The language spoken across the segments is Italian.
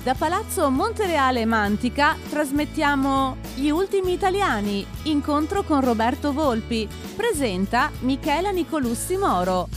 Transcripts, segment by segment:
Da Palazzo Montereale Mantica trasmettiamo Gli ultimi italiani, incontro con Roberto Volpi. Presenta Michela Nicolussi Moro.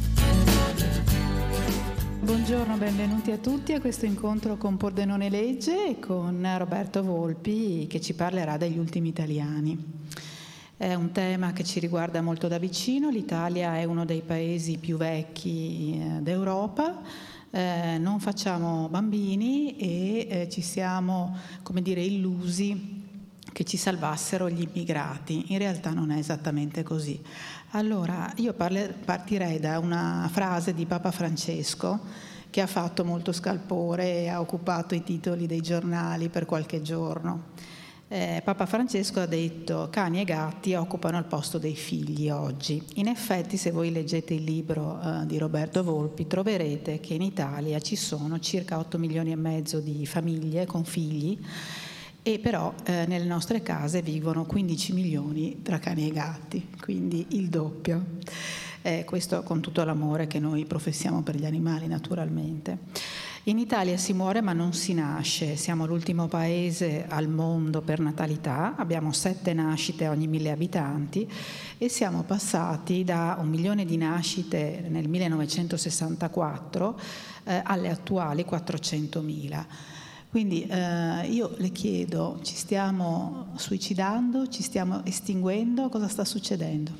Buongiorno, benvenuti a tutti a questo incontro con Pordenone Legge e con Roberto Volpi che ci parlerà degli ultimi italiani. È un tema che ci riguarda molto da vicino. L'Italia è uno dei paesi più vecchi d'Europa. Non facciamo bambini e ci siamo, illusi che ci salvassero gli immigrati. In realtà non è esattamente così. Allora, io partirei da una frase di Papa Francesco che ha fatto molto scalpore e ha occupato i titoli dei giornali per qualche giorno. Papa Francesco ha detto: cani e gatti occupano il posto dei figli oggi. In effetti, se voi leggete il libro di Roberto Volpi, troverete che in Italia ci sono circa 8 milioni e mezzo di famiglie con figli, e però nelle nostre case vivono 15 milioni tra cani e gatti, quindi il doppio. Questo con tutto l'amore che noi professiamo per gli animali, naturalmente. In Italia si muore ma non si nasce, siamo l'ultimo paese al mondo per natalità, abbiamo 7 nascite ogni 1000 abitanti e siamo passati da 1 milione di nascite nel 1964 alle attuali 400.000. Quindi io le chiedo, ci stiamo suicidando, ci stiamo estinguendo, cosa sta succedendo?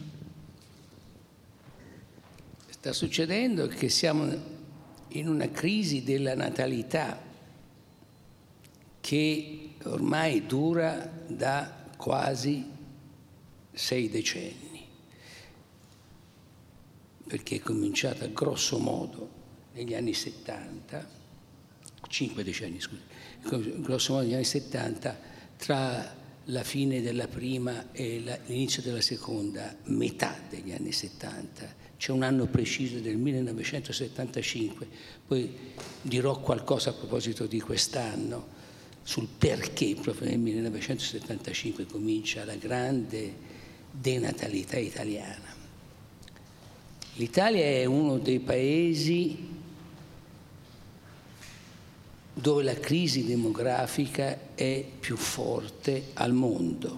Sta succedendo che siamo in una crisi della natalità che ormai dura da quasi 6 decenni, perché è cominciata grosso modo negli anni 70, 5 decenni scusi, grosso modo negli anni 70, tra la fine della prima e l'inizio della seconda metà degli anni 70. C'è un anno preciso del 1975, poi dirò qualcosa a proposito di quest'anno, sul perché proprio nel 1975 comincia la grande denatalità italiana. L'Italia è uno dei paesi dove la crisi demografica è più forte al mondo.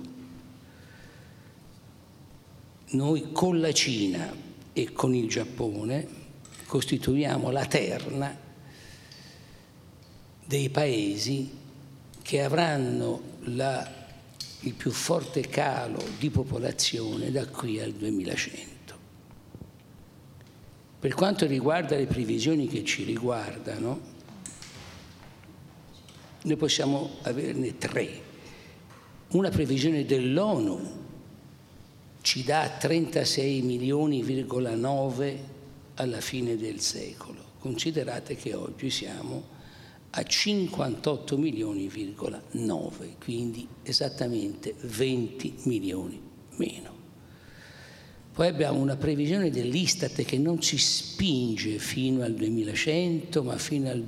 Noi con la Cina e con il Giappone costituiamo la terna dei paesi che avranno il più forte calo di popolazione da qui al 2100. Per quanto riguarda le previsioni che ci riguardano, noi possiamo averne 3. Una previsione dell'ONU ci dà 36 milioni,9 alla fine del secolo. Considerate che oggi siamo a 58 milioni,9, quindi esattamente 20 milioni meno. Poi abbiamo una previsione dell'Istat che non ci spinge fino al 2100, ma fino al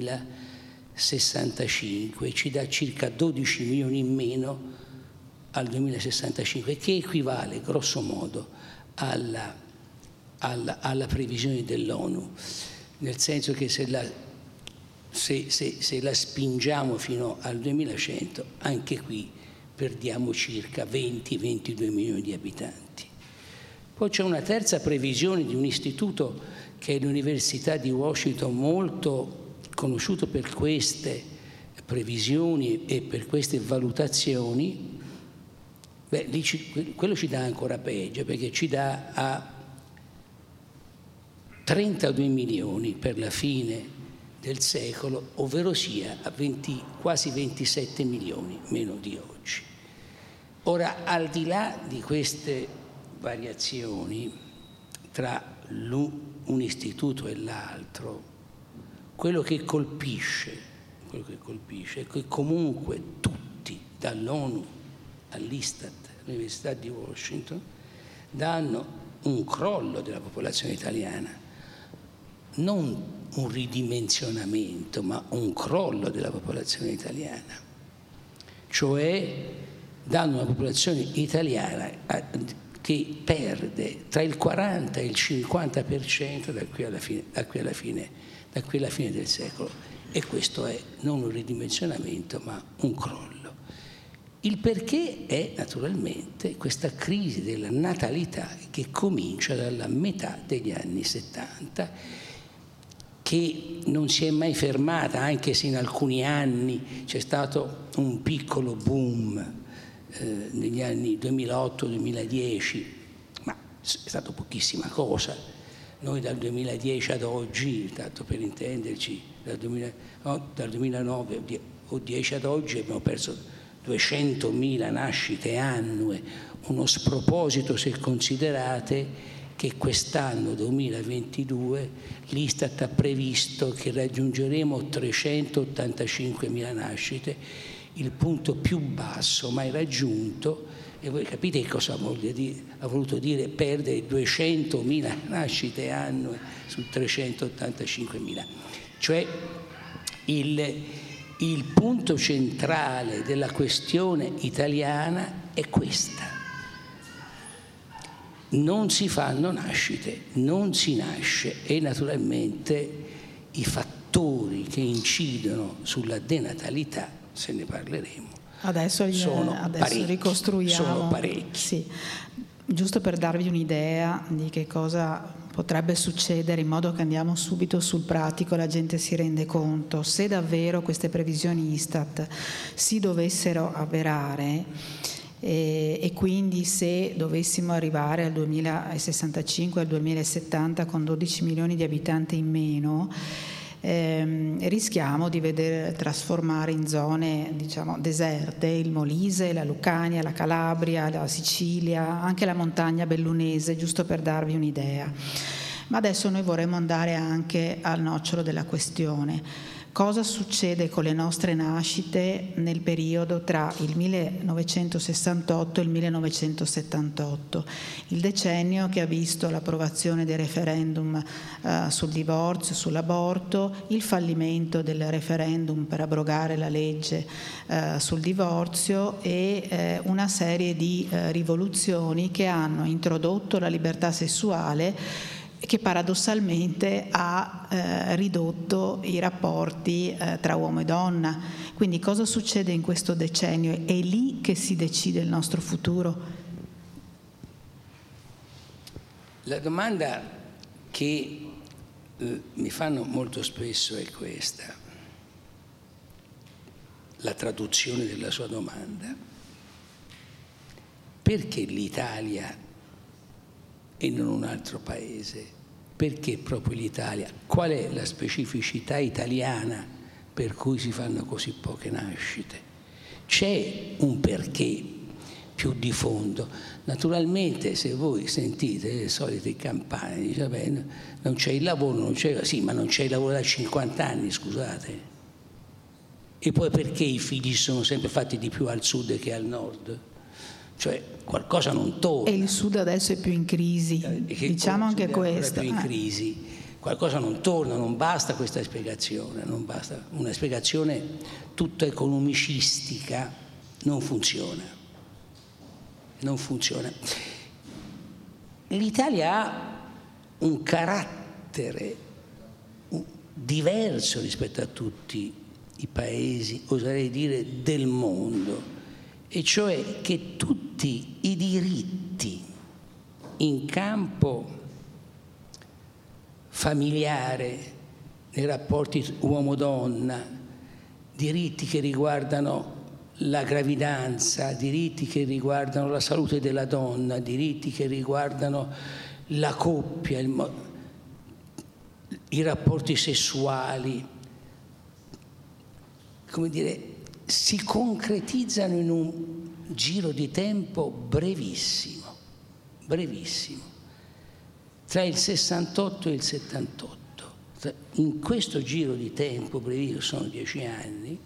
2065, ci dà circa 12 milioni in meno al 2065, che equivale grosso modo alla previsione dell'ONU, nel senso che se la spingiamo fino al 2100, anche qui perdiamo circa 20-22 milioni di abitanti. Poi c'è una terza previsione di un istituto che è l'Università di Washington, molto conosciuto per queste previsioni e per queste valutazioni. Quello ci dà ancora peggio, perché ci dà a 32 milioni per la fine del secolo, ovvero sia a quasi 27 milioni meno di oggi. Ora, al di là di queste variazioni tra un istituto e l'altro, quello che colpisce è che comunque tutti, dall'ONU all'Istat, all'Università di Washington, danno un crollo della popolazione italiana, non un ridimensionamento, ma un crollo della popolazione italiana, cioè danno una popolazione italiana che perde tra il 40 e il 50% da qui alla fine del secolo. e questo è non un ridimensionamento ma un crollo. Il perché è naturalmente questa crisi della natalità che comincia dalla metà degli anni 70, che non si è mai fermata, anche se in alcuni anni c'è stato un piccolo boom negli anni 2008-2010, ma è stato pochissima cosa. Noi dal 2010 ad oggi, tanto per intenderci, dal 2009 o 10 ad oggi abbiamo perso 200.000 nascite annue, uno sproposito se considerate che quest'anno 2022 l'Istat ha previsto che raggiungeremo 385.000 nascite, il punto più basso mai raggiunto, e voi capite che cosa ha voluto dire perdere 200.000 nascite annue su 385.000. Cioè il punto centrale della questione italiana è questa. Non si fanno nascite, non si nasce, e naturalmente i fattori che incidono sulla denatalità, se ne parleremo, adesso ricostruiamo. Sono parecchi. Sì. Giusto per darvi un'idea di che cosa potrebbe succedere, in modo che andiamo subito sul pratico, la gente si rende conto. Se davvero queste previsioni Istat si dovessero avverare, e quindi se dovessimo arrivare al 2065, al 2070 con 12 milioni di abitanti in meno, rischiamo di vedere trasformare in zone, diciamo, deserte il Molise, la Lucania, la Calabria, la Sicilia, anche la montagna bellunese, giusto per darvi un'idea. Ma adesso noi vorremmo andare anche al nocciolo della questione. Cosa succede con le nostre nascite nel periodo tra il 1968 e il 1978, il decennio che ha visto l'approvazione del referendum sul divorzio, sull'aborto, il fallimento del referendum per abrogare la legge sul divorzio e una serie di rivoluzioni che hanno introdotto la libertà sessuale, che paradossalmente ha ridotto i rapporti tra uomo e donna. Quindi cosa succede in questo decennio? È lì che si decide il nostro futuro. La domanda che mi fanno molto spesso è questa, la traduzione della sua domanda. Perché l'Italia e non un altro paese? Perché proprio l'Italia? Qual è la specificità italiana per cui si fanno così poche nascite? C'è un perché più di fondo. Naturalmente se voi sentite le solite campane, dice, beh, non c'è il lavoro, non c'è, sì, ma non c'è il lavoro da 50 anni, scusate. E poi perché i figli sono sempre fatti di più al sud che al nord? Cioè qualcosa non torna. E il sud adesso è più in crisi, diciamo anche questo. Più in crisi, qualcosa non torna, non basta questa spiegazione, non basta una spiegazione tutta economicistica, non funziona. Non funziona. L'Italia ha un carattere diverso rispetto a tutti i paesi, oserei dire, del mondo. E cioè che tutti i diritti in campo familiare, nei rapporti uomo-donna, diritti che riguardano la gravidanza, diritti che riguardano la salute della donna, diritti che riguardano la coppia, i rapporti sessuali, come dire, si concretizzano in un giro di tempo brevissimo. Tra il 68 e il 78. In questo giro di tempo brevissimo, sono 10 anni,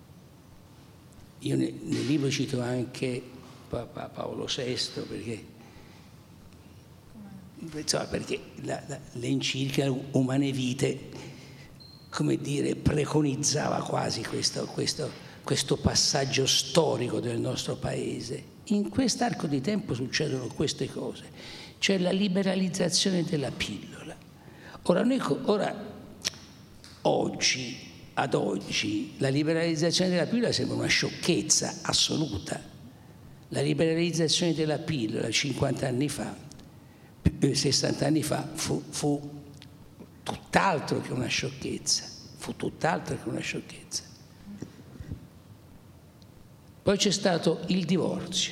io nel libro cito anche Paolo VI, perché l'enciclica Umane Vite, come dire, preconizzava quasi questo passaggio storico del nostro paese. In quest'arco di tempo succedono queste cose. C'è la liberalizzazione della pillola. Oggi ad oggi la liberalizzazione della pillola sembra una sciocchezza assoluta. La liberalizzazione della pillola 50 anni fa, 60 anni fa, fu tutt'altro che una sciocchezza. Fu tutt'altro che una sciocchezza. Poi c'è stato il divorzio.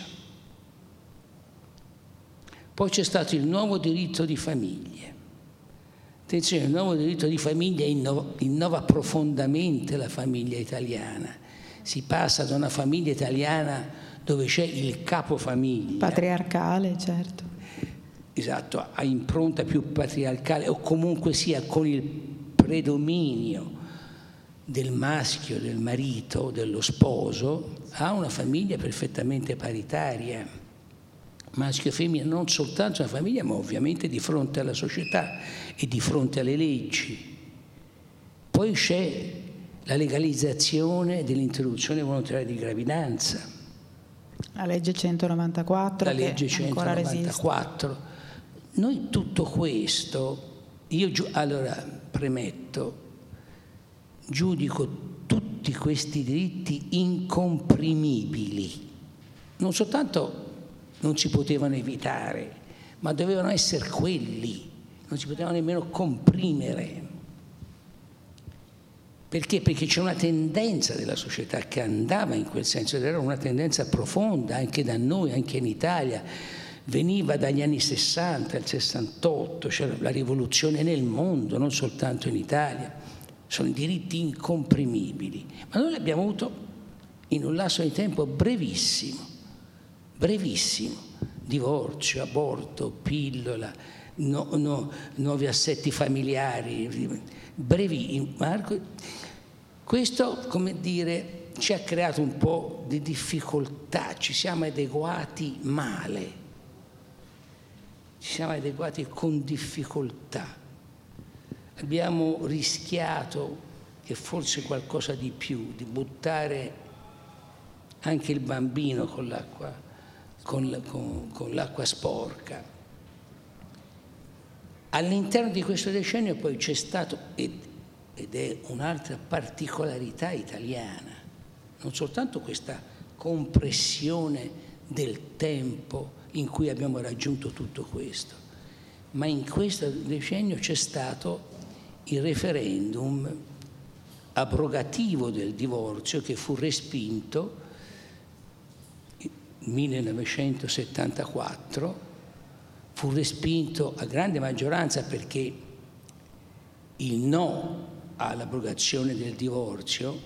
Poi c'è stato il nuovo diritto di famiglia. Attenzione, il nuovo diritto di famiglia innova profondamente la famiglia italiana. Si passa da una famiglia italiana dove c'è il capofamiglia. Patriarcale, certo. Esatto, a impronta più patriarcale o comunque sia con il predominio del maschio, del marito, dello sposo, a una famiglia perfettamente paritaria. Maschio e femmina, non soltanto una famiglia, ma ovviamente di fronte alla società e di fronte alle leggi. Poi c'è la legalizzazione dell'interruzione volontaria di gravidanza. La legge 194. La legge che ancora 194. resiste. Noi tutto questo, allora premetto, giudico tutti questi diritti incomprimibili. Non soltanto non si potevano evitare, ma dovevano essere quelli, non si potevano nemmeno comprimere. Perché? Perché c'è una tendenza della società che andava in quel senso, ed era una tendenza profonda anche da noi, anche in Italia. Veniva dagli anni 60 al 68, c'era la rivoluzione nel mondo, non soltanto in Italia. Sono diritti incomprimibili, ma noi li abbiamo avuto in un lasso di tempo brevissimo. Divorzio, aborto, pillola, nuovi assetti familiari, brevi. Questo, come dire, ci ha creato un po' di difficoltà, ci siamo adeguati male, ci siamo adeguati con difficoltà. Abbiamo rischiato, e forse qualcosa di più, di buttare anche il bambino con l'acqua sporca. All'interno di questo decennio poi c'è stato, ed è un'altra particolarità italiana, non soltanto questa compressione del tempo in cui abbiamo raggiunto tutto questo, ma in questo decennio c'è stato il referendum abrogativo del divorzio che fu respinto 1974, fu respinto a grande maggioranza perché il no all'abrogazione del divorzio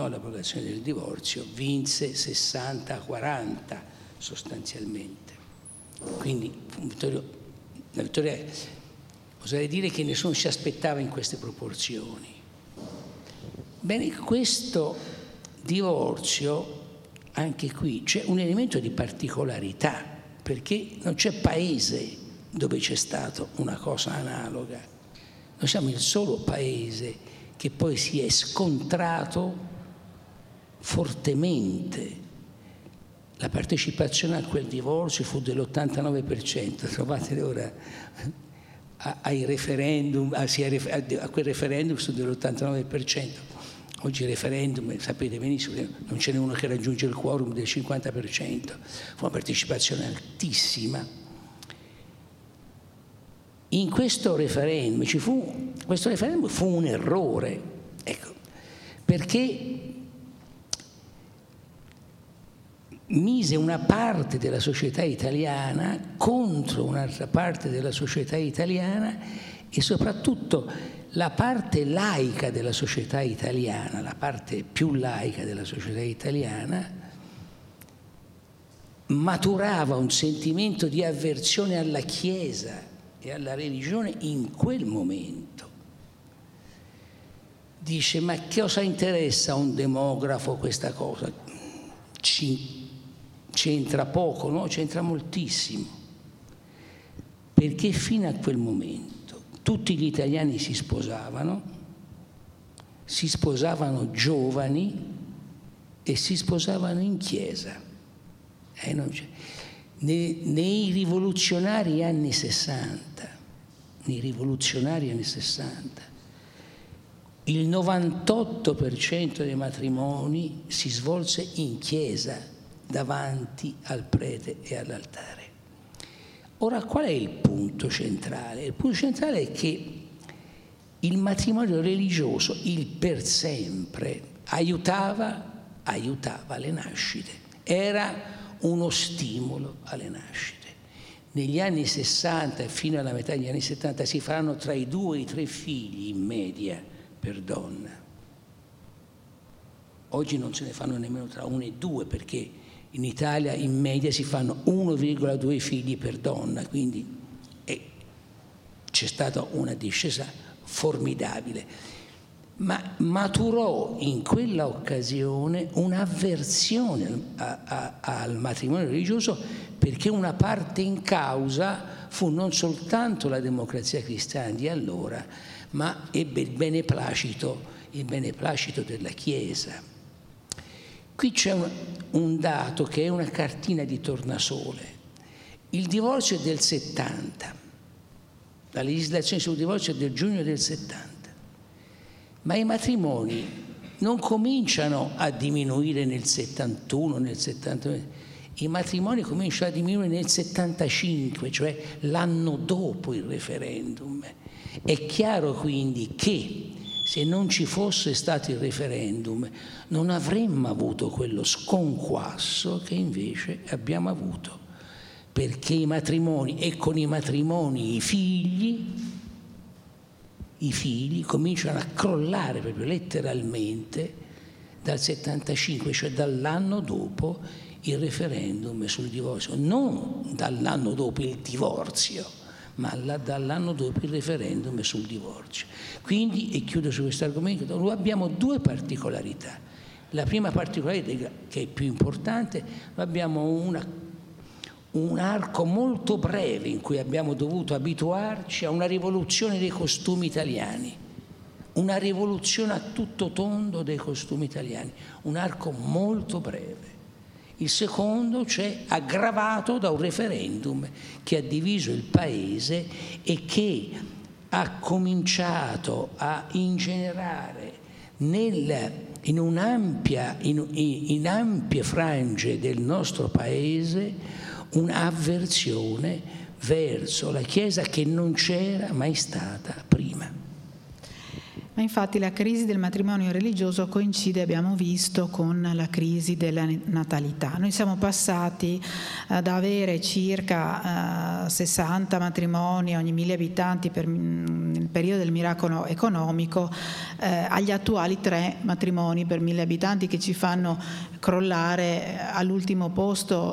vinse 60-40 sostanzialmente. Quindi una vittoria, oserei dire che nessuno si aspettava in queste proporzioni. Bene, questo divorzio, anche qui c'è un elemento di particolarità, perché non c'è paese dove c'è stata una cosa analoga. Noi siamo il solo paese che poi si è scontrato fortemente. La partecipazione a quel divorzio fu dell'89%, trovate ora ai referendum, a quel referendum fu dell'89%. Oggi il referendum, sapete benissimo che non ce n'è uno che raggiunge il quorum del 50%, fu una partecipazione altissima. In questo referendum fu un errore, ecco, perché mise una parte della società italiana contro un'altra parte della società italiana e soprattutto la parte laica della società italiana, la parte più laica della società italiana, maturava un sentimento di avversione alla Chiesa e alla religione in quel momento. Dice, ma che cosa interessa a un demografo questa cosa? C'entra poco, no? C'entra moltissimo. Perché fino a quel momento tutti gli italiani si sposavano giovani e si sposavano in chiesa. Nei rivoluzionari anni 60, il 98% dei matrimoni si svolse in chiesa, davanti al prete e all'altare. Ora, qual è il punto centrale? Il punto centrale è che il matrimonio religioso, il per sempre, aiutava le nascite, era uno stimolo alle nascite. Negli anni 60 e fino alla metà degli anni 70 si faranno tra i 2 e i 3 figli in media per donna. Oggi non se ne fanno nemmeno tra 1 e 2, perché in Italia in media si fanno 1,2 figli per donna, quindi c'è stata una discesa formidabile. Ma maturò in quella occasione un'avversione al matrimonio religioso, perché una parte in causa fu non soltanto la Democrazia Cristiana di allora, ma ebbe il beneplacito della Chiesa. Qui c'è un dato che è una cartina di tornasole. Il divorzio è del 70, la legislazione sul divorzio è del giugno del 70, ma i matrimoni non cominciano a diminuire nel 71, nel 72, i matrimoni cominciano a diminuire nel 75, cioè l'anno dopo il referendum. È chiaro quindi che se non ci fosse stato il referendum non avremmo avuto quello sconquasso che invece abbiamo avuto, perché i matrimoni, e con i matrimoni i figli cominciano a crollare proprio letteralmente dal 75, cioè dall'anno dopo il referendum sul divorzio, non dall'anno dopo il divorzio, ma dall'anno dopo il referendum sul divorzio. Quindi, e chiudo su questo argomento, noi abbiamo 2 particolarità. La prima particolarità, che è più importante, noi abbiamo un arco molto breve in cui abbiamo dovuto abituarci a una rivoluzione dei costumi italiani, una rivoluzione a tutto tondo dei costumi italiani, un arco molto breve. Il secondo c'è aggravato da un referendum che ha diviso il Paese e che ha cominciato a ingenerare in ampie frange del nostro Paese un'avversione verso la Chiesa che non c'era mai stata prima. Ma infatti la crisi del matrimonio religioso coincide, abbiamo visto, con la crisi della natalità. Noi siamo passati da avere circa 60 matrimoni ogni 1000 abitanti nel periodo del miracolo economico agli attuali 3 matrimoni per 1000 abitanti, che ci fanno crollare all'ultimo posto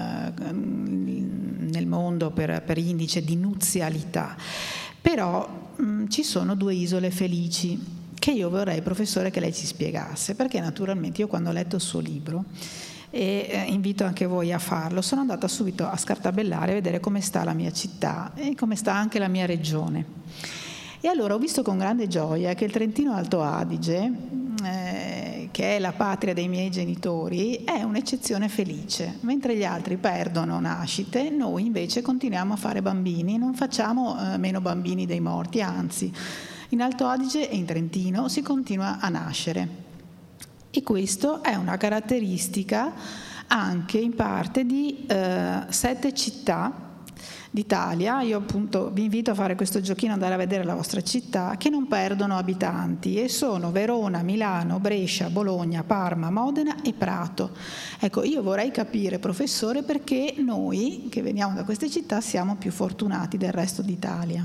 nel mondo per indice di nuzialità. Però ci sono 2 isole felici che io vorrei, professore, che lei ci spiegasse, perché naturalmente io quando ho letto il suo libro, e invito anche voi a farlo, sono andata subito a scartabellare a vedere come sta la mia città e come sta anche la mia regione. E allora ho visto con grande gioia che il Trentino Alto Adige, che è la patria dei miei genitori, è un'eccezione felice. Mentre gli altri perdono nascite, noi invece continuiamo a fare bambini, non facciamo meno bambini dei morti, anzi, in Alto Adige e in Trentino si continua a nascere. E questo è una caratteristica anche in parte di 7 città d'Italia. Io appunto vi invito a fare questo giochino, andare a vedere la vostra città, che non perdono abitanti, e sono Verona, Milano, Brescia, Bologna, Parma, Modena e Prato. Ecco, io vorrei capire, professore, perché noi che veniamo da queste città siamo più fortunati del resto d'Italia.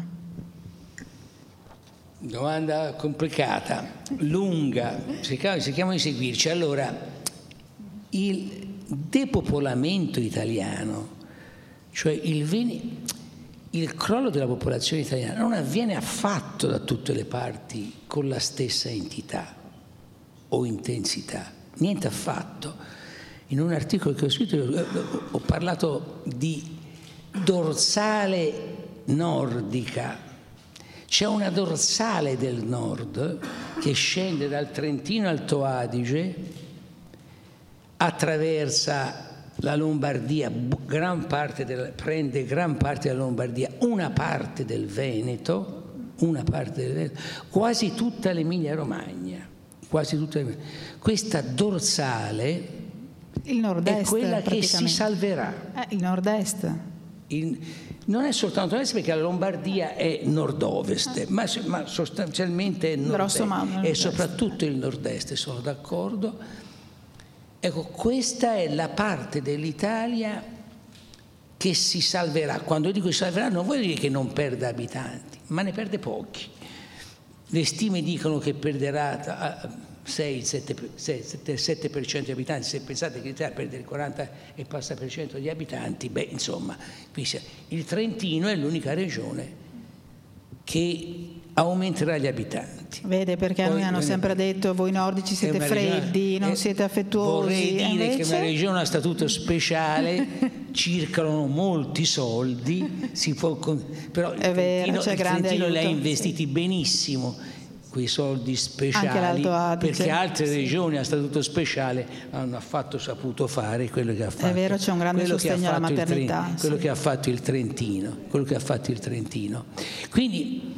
Domanda complicata, lunga, cerchiamo di seguirci. Allora, il depopolamento italiano, cioè il crollo della popolazione italiana, non avviene affatto da tutte le parti con la stessa entità o intensità, niente affatto. In un articolo che ho scritto ho parlato di dorsale nordica. C'è una dorsale del nord che scende dal Trentino Alto Adige, attraversa la Lombardia, prende gran parte della Lombardia, una parte del Veneto, una parte del Veneto, quasi tutta l'Emilia Romagna, questa dorsale il nord-est, è quella che si salverà. Il nord-est. Non è soltanto nord-est, perché la Lombardia è nord-ovest, ma sostanzialmente è nord-est, e soprattutto il nord-est, sono d'accordo. Ecco, questa è la parte dell'Italia che si salverà. Quando dico si salverà non vuol dire che non perda abitanti, ma ne perde pochi. Le stime dicono che perderà 6-7% di abitanti. Se pensate che l'Italia perde il 40 e passa per cento di abitanti, insomma, il Trentino è l'unica regione che aumenterà gli abitanti. Vede, perché a noi hanno sempre detto voi nordici siete freddi, non siete affettuosi. Vorrei dire invece... che è una regione a statuto speciale, circolano molti soldi, però il Trentino li ha investiti benissimo, quei soldi speciali, perché altre regioni a statuto speciale hanno affatto saputo fare quello che ha fatto. È vero, c'è un grande sostegno alla maternità. Quello che ha fatto il Trentino. Quindi,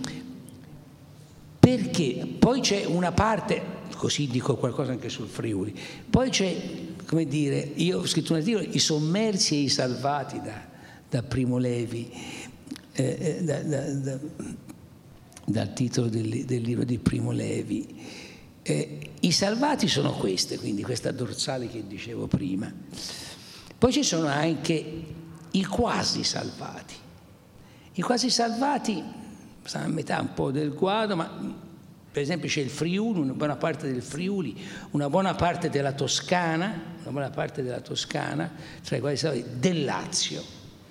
perché poi c'è una parte, così dico qualcosa anche sul Friuli, poi c'è, come dire, io ho scritto un articolo, i sommersi e i salvati da Primo Levi, dal titolo del libro di Primo Levi. I salvati sono quindi questa dorsale che dicevo prima. Poi ci sono anche i quasi salvati. I quasi salvati stanno a metà un po' del quadro, ma per esempio c'è il Friuli, una buona parte del Friuli, una buona parte della Toscana, tra i quali salvati, del Lazio.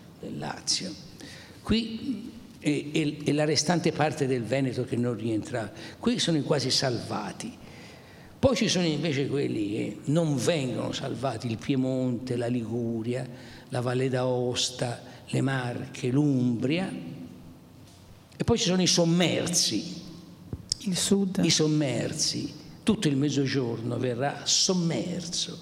Qui e la restante parte del Veneto che non rientra. Qui sono i quasi salvati. Poi ci sono invece quelli che non vengono salvati, il Piemonte, la Liguria, la Valle d'Aosta, le Marche, l'Umbria. E poi ci sono i sommersi. Il sud. I sommersi. Tutto il Mezzogiorno verrà sommerso.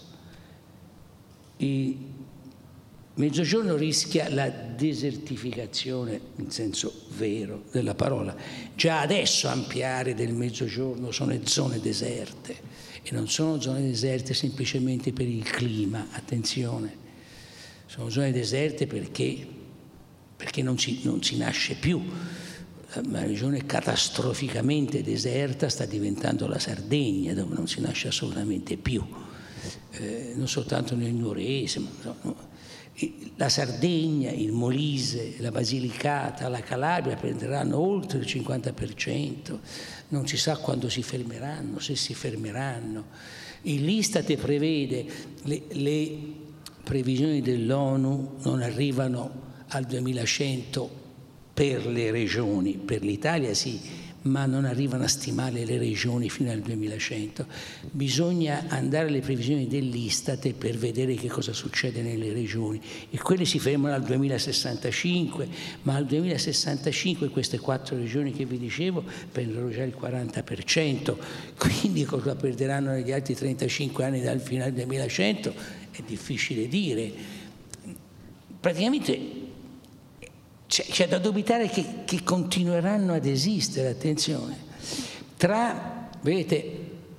Mezzogiorno rischia la desertificazione in senso vero della parola. Già adesso ample del Mezzogiorno sono zone deserte, e non sono zone deserte semplicemente per il clima, attenzione, sono zone deserte perché non si nasce più. Una regione catastroficamente deserta sta diventando la Sardegna, dove non si nasce assolutamente più, non soltanto nel Nuorese, la Sardegna, il Molise, la Basilicata, la Calabria prenderanno oltre il 50%, non si sa quando si fermeranno, se si fermeranno. L'Istat prevede, le previsioni dell'ONU non arrivano al 2100 per le regioni, per l'Italia sì, ma non arrivano a stimare le regioni fino al 2100. Bisogna andare alle previsioni dell'Istat per vedere che cosa succede nelle regioni, e quelle si fermano al 2065, ma al 2065 queste 4 regioni che vi dicevo prenderanno già il 40%, quindi cosa perderanno negli altri 35 anni dal fino al 2100 è difficile dire. Praticamente c'è da dubitare che continueranno ad esistere, attenzione. Vedete,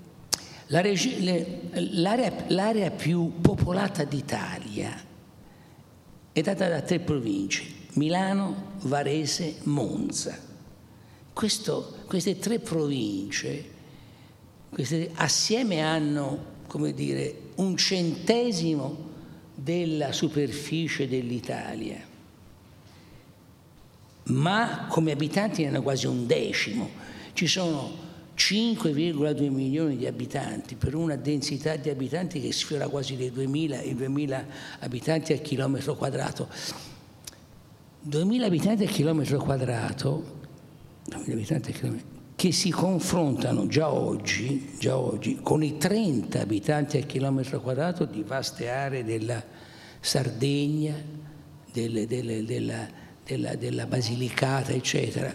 l'area più popolata d'Italia è data da 3 province: Milano, Varese, Monza. Queste 3 province assieme hanno, come dire, 1/100 della superficie dell'Italia, ma come abitanti ne hanno quasi 1/10. Ci sono 5,2 milioni di abitanti per una densità di abitanti che sfiora quasi i 2000 abitanti al chilometro quadrato. 2000 abitanti al chilometro quadrato, che si confrontano già oggi con i 30 abitanti al chilometro quadrato di vaste aree della Sardegna, della Basilicata, eccetera.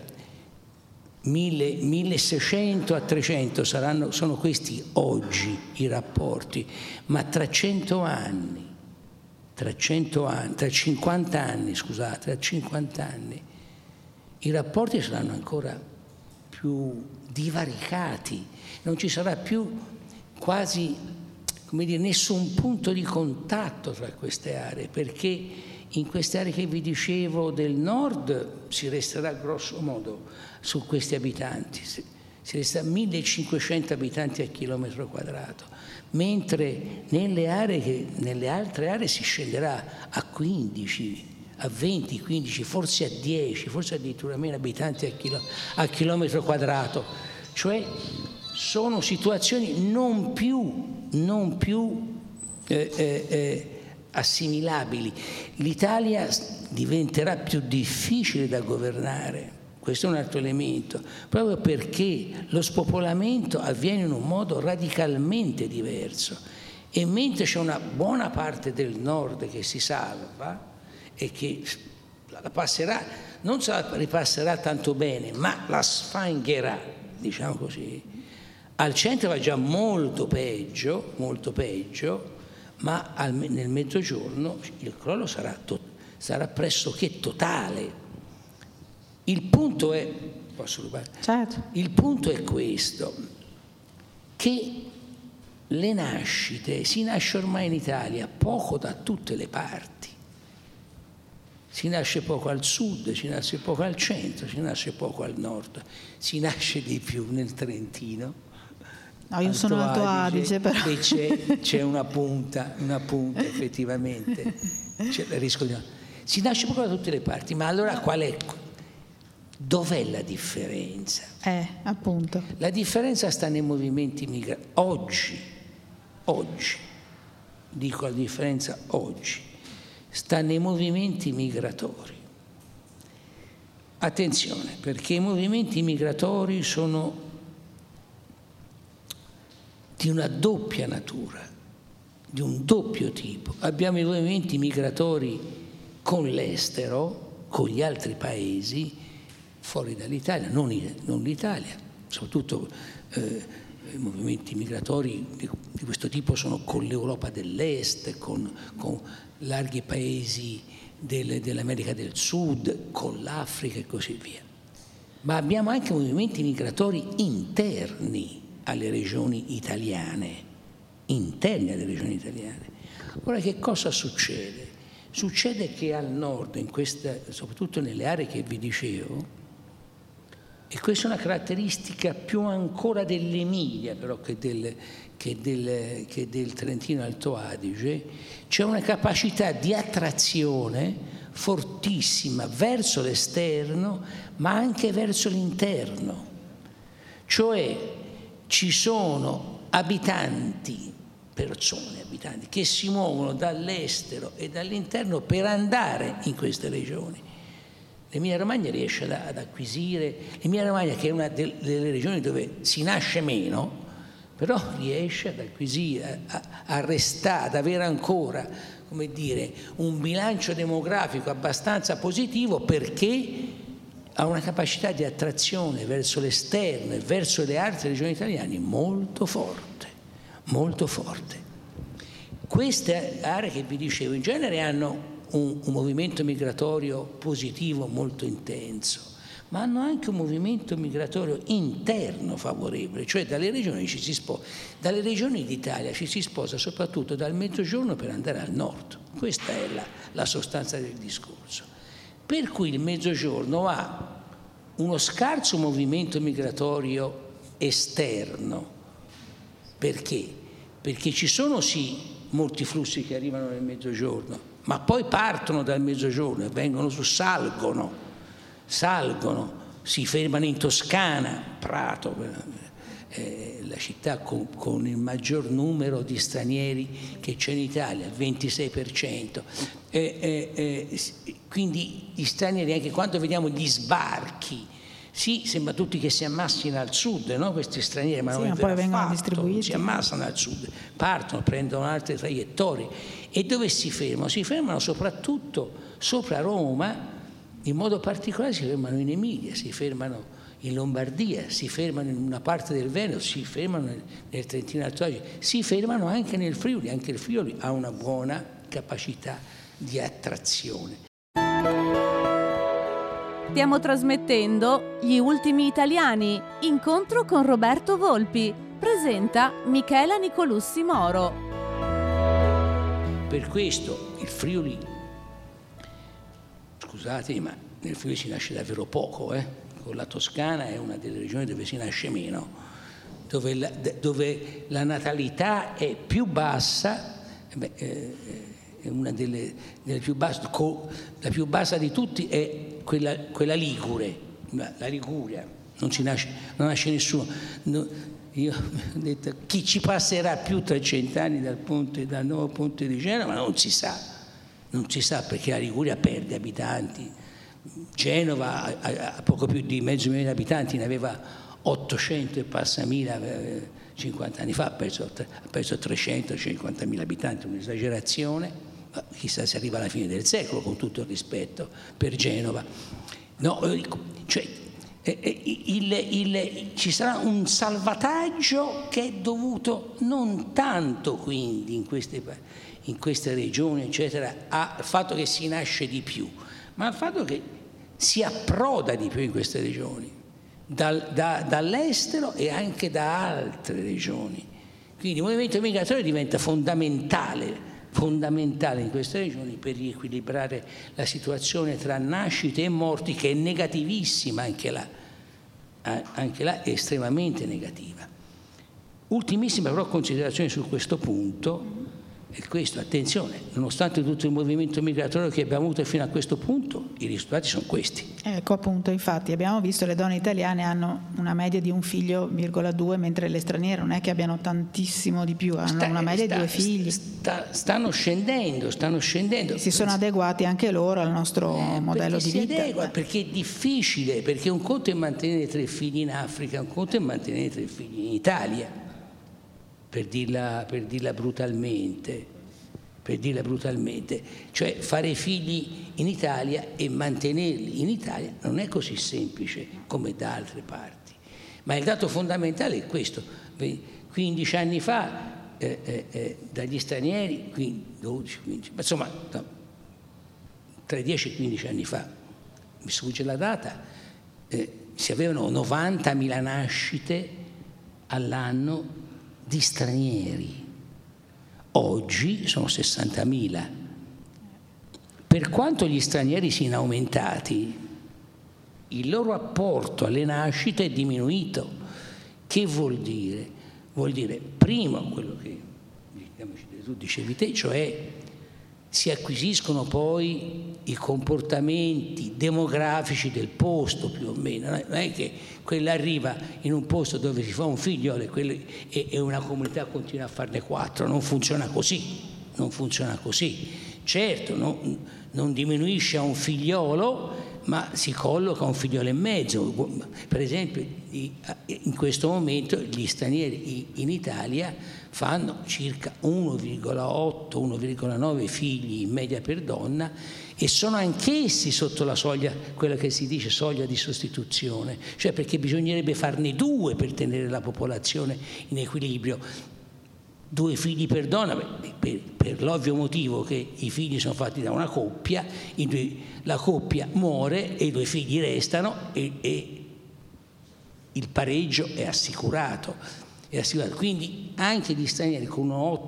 1600 a 300 sono questi oggi i rapporti, ma tra 50 anni i rapporti saranno ancora più divaricati, non ci sarà più quasi, come dire, nessun punto di contatto tra queste aree, perché in queste aree che vi dicevo del nord si resterà grosso modo su questi abitanti, si resta 1500 abitanti al chilometro quadrato, mentre nelle altre aree si scenderà a 15, a 20, 15, forse a 10, forse addirittura meno abitanti al chilometro quadrato. Cioè sono situazioni non più assimilabili. L'Italia diventerà più difficile da governare, questo è un altro elemento, proprio perché lo spopolamento avviene in un modo radicalmente diverso, e mentre c'è una buona parte del nord che si salva e che la passerà, non se la ripasserà tanto bene, ma la sfangherà, diciamo così, al centro va già molto peggio, ma nel mezzogiorno il crollo sarà pressoché totale. Il punto è, posso rubare? Certo. Il punto è questo, che le nascite, si nasce ormai in Italia poco da tutte le parti. Si nasce poco al sud, si nasce poco al centro, si nasce poco al nord, si nasce di più nel Trentino. No, io sono Alto Adige, però. E c'è una punta effettivamente. Si nasce poco da tutte le parti, ma allora dov'è la differenza? Appunto. La differenza sta nei movimenti migratori. Oggi, dico la differenza oggi, sta nei movimenti migratori. Attenzione, perché i movimenti migratori sono di una doppia natura, di un doppio tipo. Abbiamo i movimenti migratori con l'estero, con gli altri paesi, fuori dall'Italia, non l'Italia, soprattutto i movimenti migratori di questo tipo sono con l'Europa dell'Est, con larghi paesi dell'America del Sud, con l'Africa e così via. Ma abbiamo anche movimenti migratori interni alle regioni italiane, Ora che cosa succede? Succede che al nord, soprattutto nelle aree che vi dicevo, e questa è una caratteristica più ancora dell'Emilia però che del Trentino Alto Adige, c'è una capacità di attrazione fortissima verso l'esterno ma anche verso l'interno, cioè ci sono persone che si muovono dall'estero e dall'interno per andare in queste regioni. L'Emilia-Romagna riesce ad acquisire, l'Emilia-Romagna che è una delle regioni dove si nasce meno, però riesce ad acquisire, a restare, ad avere ancora, come dire, un bilancio demografico abbastanza positivo, perché ha una capacità di attrazione verso l'esterno e verso le altre regioni italiane molto forte, molto forte. Queste aree che vi dicevo in genere hanno un movimento migratorio positivo molto intenso, ma hanno anche un movimento migratorio interno favorevole, cioè dalle regioni d'Italia ci si sposta soprattutto dal mezzogiorno per andare al nord. Questa è la sostanza del discorso. Per cui il mezzogiorno ha uno scarso movimento migratorio esterno. Perché? Perché ci sono sì molti flussi che arrivano nel mezzogiorno, ma poi partono dal mezzogiorno e salgono, si fermano in Toscana, Prato, la città con il maggior numero di stranieri che c'è in Italia, il 26%. Quindi gli stranieri, anche quando vediamo gli sbarchi, sì, sembra tutti che si ammassino al sud, no? Questi stranieri, ma non poi vengono distribuiti. Si ammassano al sud, partono, prendono altre traiettorie. E dove si fermano? Si fermano soprattutto sopra Roma, in modo particolare si fermano in Emilia, si fermano in Lombardia, si fermano in una parte del Veneto, si fermano nel Trentino Alto Adige, si fermano anche nel Friuli. Anche il Friuli ha una buona capacità di attrazione. Stiamo trasmettendo Gli ultimi italiani, incontro con Roberto Volpi. Presenta Michela Nicolussi Moro. Per questo il Friuli, scusate, ma nel Friuli si nasce davvero poco, Con la Toscana è una delle regioni dove si nasce meno, dove la natalità è più bassa, è una delle più basse, la più bassa di tutti è quella ligure, la Liguria, non nasce nessuno. Io ho detto, chi ci passerà più tra 100 anni dal nuovo ponte di Genova, non si sa perché la Liguria perde abitanti. Genova ha poco più di mezzo milione di abitanti, ne aveva 800 e passa mila 50 anni fa, ha perso 350.000 abitanti, un'esagerazione. Chissà se arriva alla fine del secolo, con tutto il rispetto per Genova. No, cioè, ci sarà un salvataggio che è dovuto non tanto quindi in queste regioni, eccetera, al fatto che si nasce di più, ma al fatto che si approda di più in queste regioni, dall'estero e anche da altre regioni. Quindi il movimento migratorio diventa fondamentale in queste regioni per riequilibrare la situazione tra nascite e morti, che è negativissima anche là è estremamente negativa. Ultimissima però considerazione su questo punto è questo: attenzione, nonostante tutto il movimento migratorio che abbiamo avuto fino a questo punto, i risultati sono questi. Ecco, appunto, infatti abbiamo visto le donne italiane hanno una media di 1,2 figlio, mentre le straniere non è che abbiano tantissimo di più, hanno una media di 2 figli. Stanno scendendo. E si sono adeguati anche loro al nostro modello di vita. Si adegua, perché è difficile, perché un conto è mantenere 3 figli in Africa, un conto è mantenere 3 figli in Italia. Per dirla brutalmente, cioè fare figli in Italia e mantenerli in Italia non è così semplice come da altre parti. Ma il dato fondamentale è questo: 15 anni fa dagli stranieri, 12, 15, insomma tra i 10 e 15 anni fa, mi sfugge la data, si avevano 90.000 nascite all'anno di stranieri. Oggi sono 60.000. Per quanto gli stranieri siano aumentati, il loro apporto alle nascite è diminuito. Che vuol dire? Vuol dire, primo, quello che tu dicevi te, cioè si acquisiscono poi i comportamenti demografici del posto, più o meno. Non è che quella arriva in un posto dove si fa un figliolo e una comunità continua a farne 4. Non funziona così. Certo, non diminuisce a un figliolo, ma si colloca un figliolo e mezzo. Per esempio, in questo momento gli stranieri in Italia fanno circa 1,8-1,9 figli in media per donna, e sono anch'essi sotto la soglia, quella che si dice soglia di sostituzione, cioè perché bisognerebbe farne 2 per tenere la popolazione in equilibrio. 2 figli per donna, per l'ovvio motivo che i figli sono fatti da una coppia, la coppia muore e i 2 figli restano e il pareggio è assicurato. Quindi anche gli stranieri con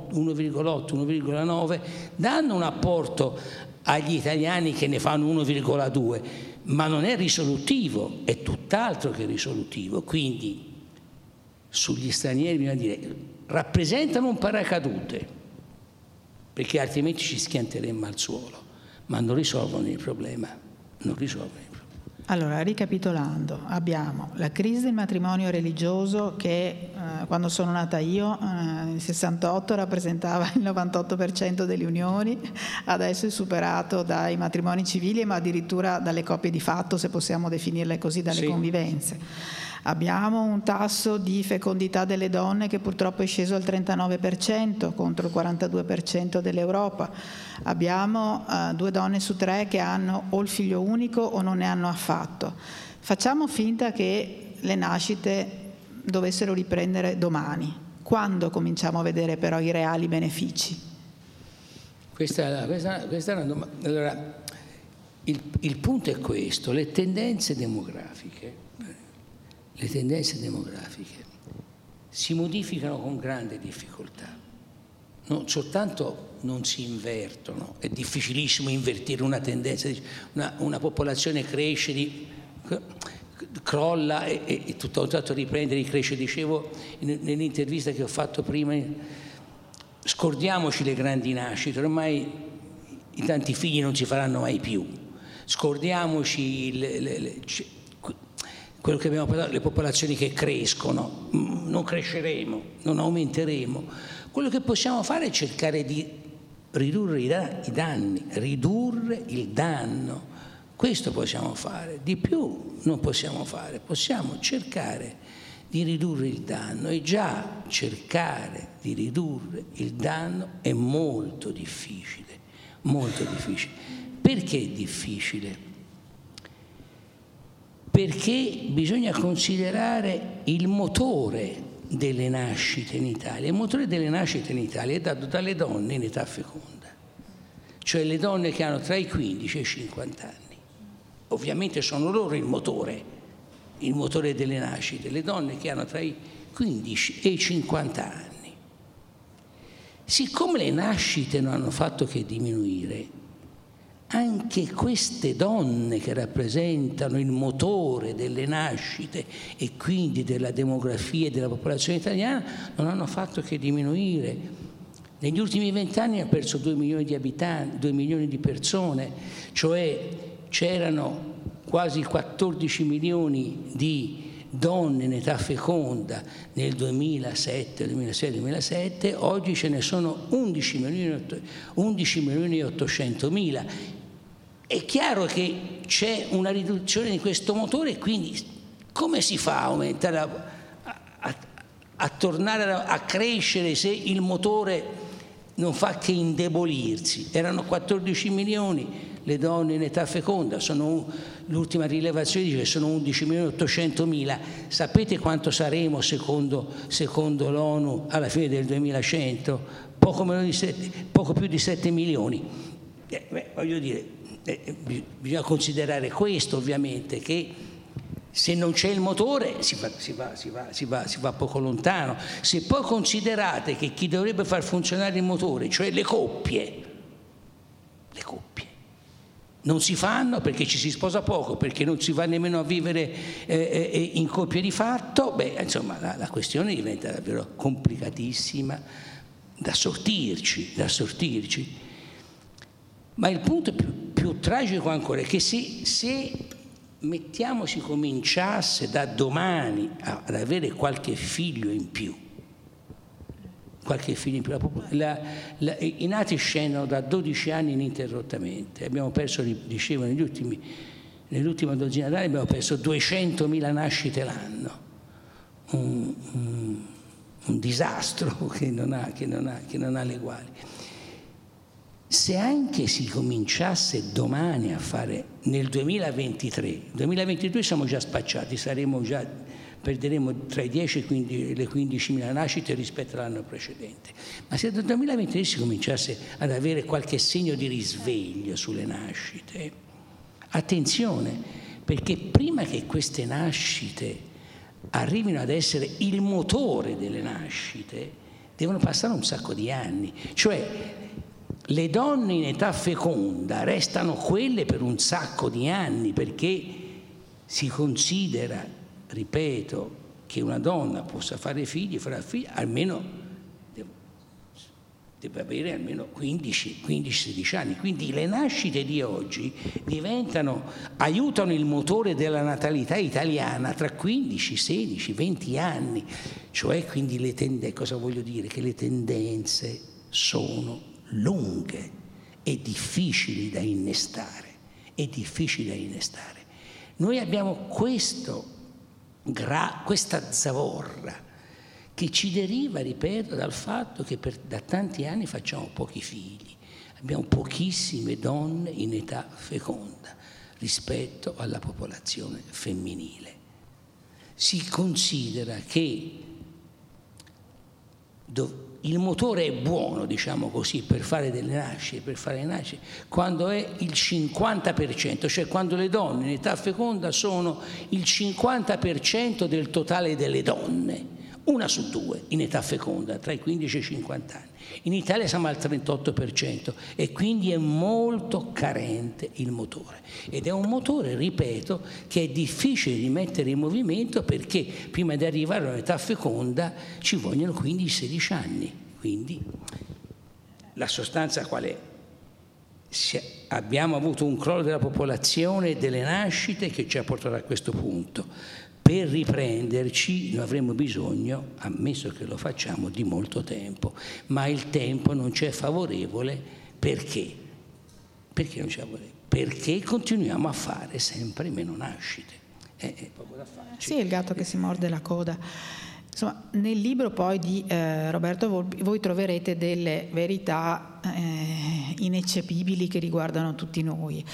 1,8-1,9 danno un apporto agli italiani che ne fanno 1,2, ma non è risolutivo, è tutt'altro che risolutivo. Quindi sugli stranieri bisogna dire, rappresentano un paracadute, perché altrimenti ci schianteremmo al suolo, ma non risolvono il problema. Allora, ricapitolando, abbiamo la crisi del matrimonio religioso che quando sono nata io nel 68 rappresentava il 98% delle unioni, adesso è superato dai matrimoni civili, ma addirittura dalle coppie di fatto, se possiamo definirle così, dalle convivenze. Abbiamo un tasso di fecondità delle donne che purtroppo è sceso al 39% contro il 42% dell'Europa. Abbiamo 2 donne su 3 che hanno o il figlio unico o non ne hanno affatto. Facciamo finta che le nascite dovessero riprendere domani. Quando cominciamo a vedere però i reali benefici? Questa è una domanda. Allora, il punto è questo: le tendenze demografiche si modificano con grande difficoltà. Non soltanto non si invertono, è difficilissimo invertire una tendenza, una popolazione cresce, crolla e tutto a un tratto riprende, ricresce. Dicevo nell'intervista che ho fatto prima, scordiamoci le grandi nascite, ormai i tanti figli non si faranno mai più, scordiamoci quello che abbiamo parlato, le popolazioni che crescono, non cresceremo, non aumenteremo. Quello che possiamo fare è cercare di ridurre i danni, ridurre il danno. Questo possiamo fare, di più non possiamo fare, possiamo cercare di ridurre il danno, e già cercare di ridurre il danno è molto difficile, molto difficile. Perché è difficile? Perché bisogna considerare il motore delle nascite in Italia. Il motore delle nascite in Italia è dato dalle donne in età feconda, cioè le donne che hanno tra i 15 e i 50 anni. Ovviamente sono loro il motore delle nascite, le donne che hanno tra i 15 e i 50 anni. Siccome le nascite non hanno fatto che diminuire, anche queste donne che rappresentano il motore delle nascite e quindi della demografia e della popolazione italiana non hanno fatto che diminuire. Negli ultimi 20 anni ha perso 2 milioni di abitanti, 2 milioni di persone, cioè c'erano quasi 14 milioni di donne in età feconda nel 2006-2007, oggi ce ne sono 11 milioni e 800 mila. È chiaro che c'è una riduzione di questo motore, e quindi come si fa a aumentare, a tornare a crescere se il motore non fa che indebolirsi? Erano 14 milioni le donne in età feconda, l'ultima rilevazione dice che sono 11 milioni e 800 mila. Sapete quanto saremo secondo l'ONU alla fine del 2100? Poco più di 7 milioni. Voglio dire, bisogna considerare questo, ovviamente, che se non c'è il motore si va poco lontano. Se poi considerate che chi dovrebbe far funzionare il motore, cioè le coppie non si fanno perché ci si sposa poco, perché non si va nemmeno a vivere in coppie di fatto, insomma la questione diventa davvero complicatissima da sortirci. Ma il punto più tragico ancora è che se si cominciasse da domani ad avere qualche figlio in più, i nati scendono da 12 anni ininterrottamente. Abbiamo perso, dicevo, nell'ultima dozzina d'anni abbiamo perso 200.000 nascite l'anno, un disastro che non ha l'eguali. Se anche si cominciasse domani a fare nel 2023 siamo già spacciati, perderemo tra i 10 e le 15.000 nascite rispetto all'anno precedente. Ma se dal 2023 si cominciasse ad avere qualche segno di risveglio sulle nascite, attenzione, perché prima che queste nascite arrivino ad essere il motore delle nascite, devono passare un sacco di anni. Cioè, le donne in età feconda restano quelle per un sacco di anni, perché si considera, ripeto, che una donna possa fare figli, almeno deve avere almeno 15-16 anni. Quindi le nascite di oggi aiutano il motore della natalità italiana tra 15, 16, 20 anni. Cioè, quindi cosa voglio dire? Che le tendenze sono lunghe e difficili da innestare. Noi abbiamo questa zavorra che ci deriva, ripeto, dal fatto che da tanti anni facciamo pochi figli, abbiamo pochissime donne in età feconda rispetto alla popolazione femminile. Si considera che il motore è buono, diciamo così, per fare delle nascite, quando è il 50%, cioè quando le donne in età feconda sono il 50% del totale delle donne, una su due in età feconda, tra i 15 e i 50 anni. In Italia siamo al 38% e quindi è molto carente il motore. Ed è un motore, ripeto, che è difficile di mettere in movimento perché prima di arrivare all'età feconda ci vogliono 15-16 anni. Quindi la sostanza qual è? Abbiamo avuto un crollo della popolazione e delle nascite che ci ha portato a questo punto. Per riprenderci noi avremo bisogno, ammesso che lo facciamo, di molto tempo, ma il tempo non ci è favorevole. Perché? Perché non ci è favorevole? Perché continuiamo a fare sempre meno nascite. È poco da fare. Sì, il gatto che si morde la coda. Insomma, nel libro poi di Roberto Volpi voi troverete delle verità ineccepibili che riguardano tutti noi.